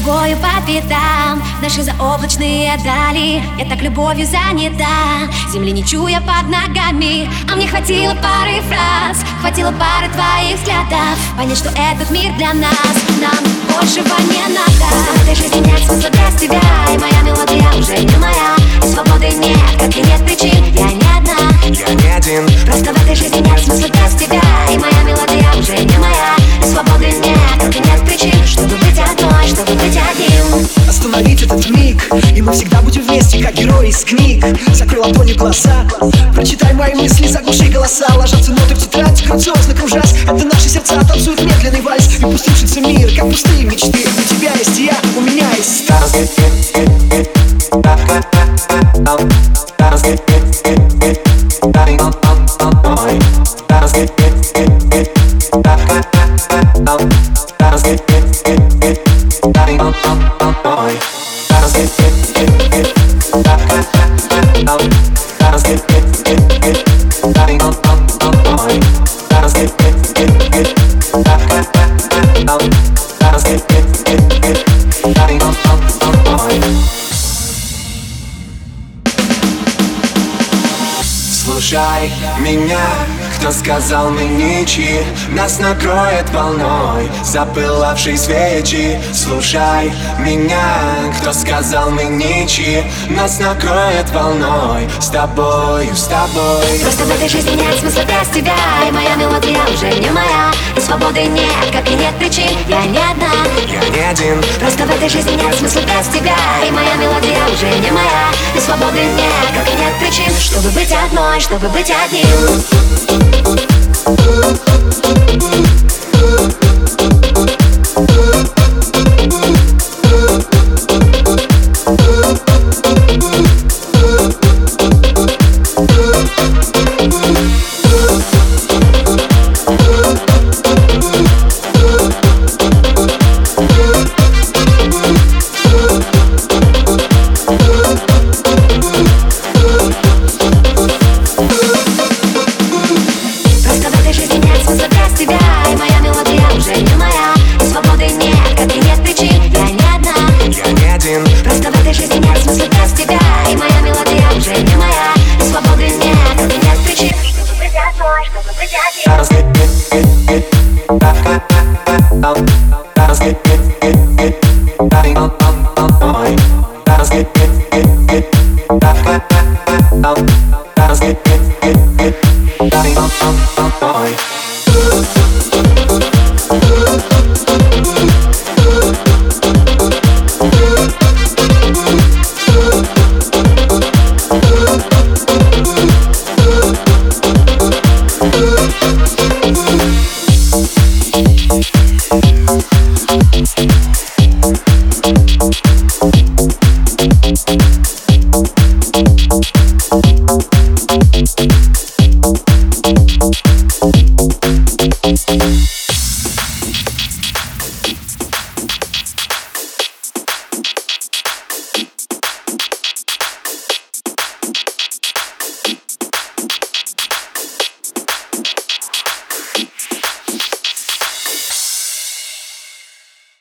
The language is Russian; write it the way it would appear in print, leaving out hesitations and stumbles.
тобою по пятам, наши заоблачные дали. Я так любовью занята, земли не чуя под ногами. А мне хватило пары фраз, хватило пары твоих взглядов понять, что этот мир для нас, нам большего не надо. В этой жизни нет смысла без тебя, и моя мелодия уже не моя. И свободы нет, как и нет причин, я не одна, я не один. Просто в этой жизни нет смысла без тебя, и моя мелодия уже не моя. И свободы нет, как и нет причин, чтобы быть одной, чтобы быть одним. Остановить этот миг, и мы всегда будем вместе, как герои из книг. Закрой ладонью глаза, прочитай мои мысли, заглуши голоса. Ложатся ноты в тетрадь, грациозно кружась. Это наши сердца танцуют медленный вальс. И пусть рушится мир, как пустые мечты. У тебя есть я, у меня есть Стас. Слушай меня, кто сказал мы ничьи, нас накроет волной запылавшей свечи. Слушай меня, кто сказал мы ничьи, нас накроет волной с тобою, с тобой. Просто в этой жизни нет смысла без тебя, и моя мелодия уже не моя. И свободы нет, как и нет причин, я не одна, я не один. Просто в этой жизни нет смысла без тебя, и моя мелодия уже не моя. И свободы нет, как и нет причин, чтобы быть одной, чтобы быть одним. Просто в этой жизни нет смысла без тебя, и моя мелодия уже не моя. И свободы нет, как и нет причин, чтобы быть одной, чтобы быть одним.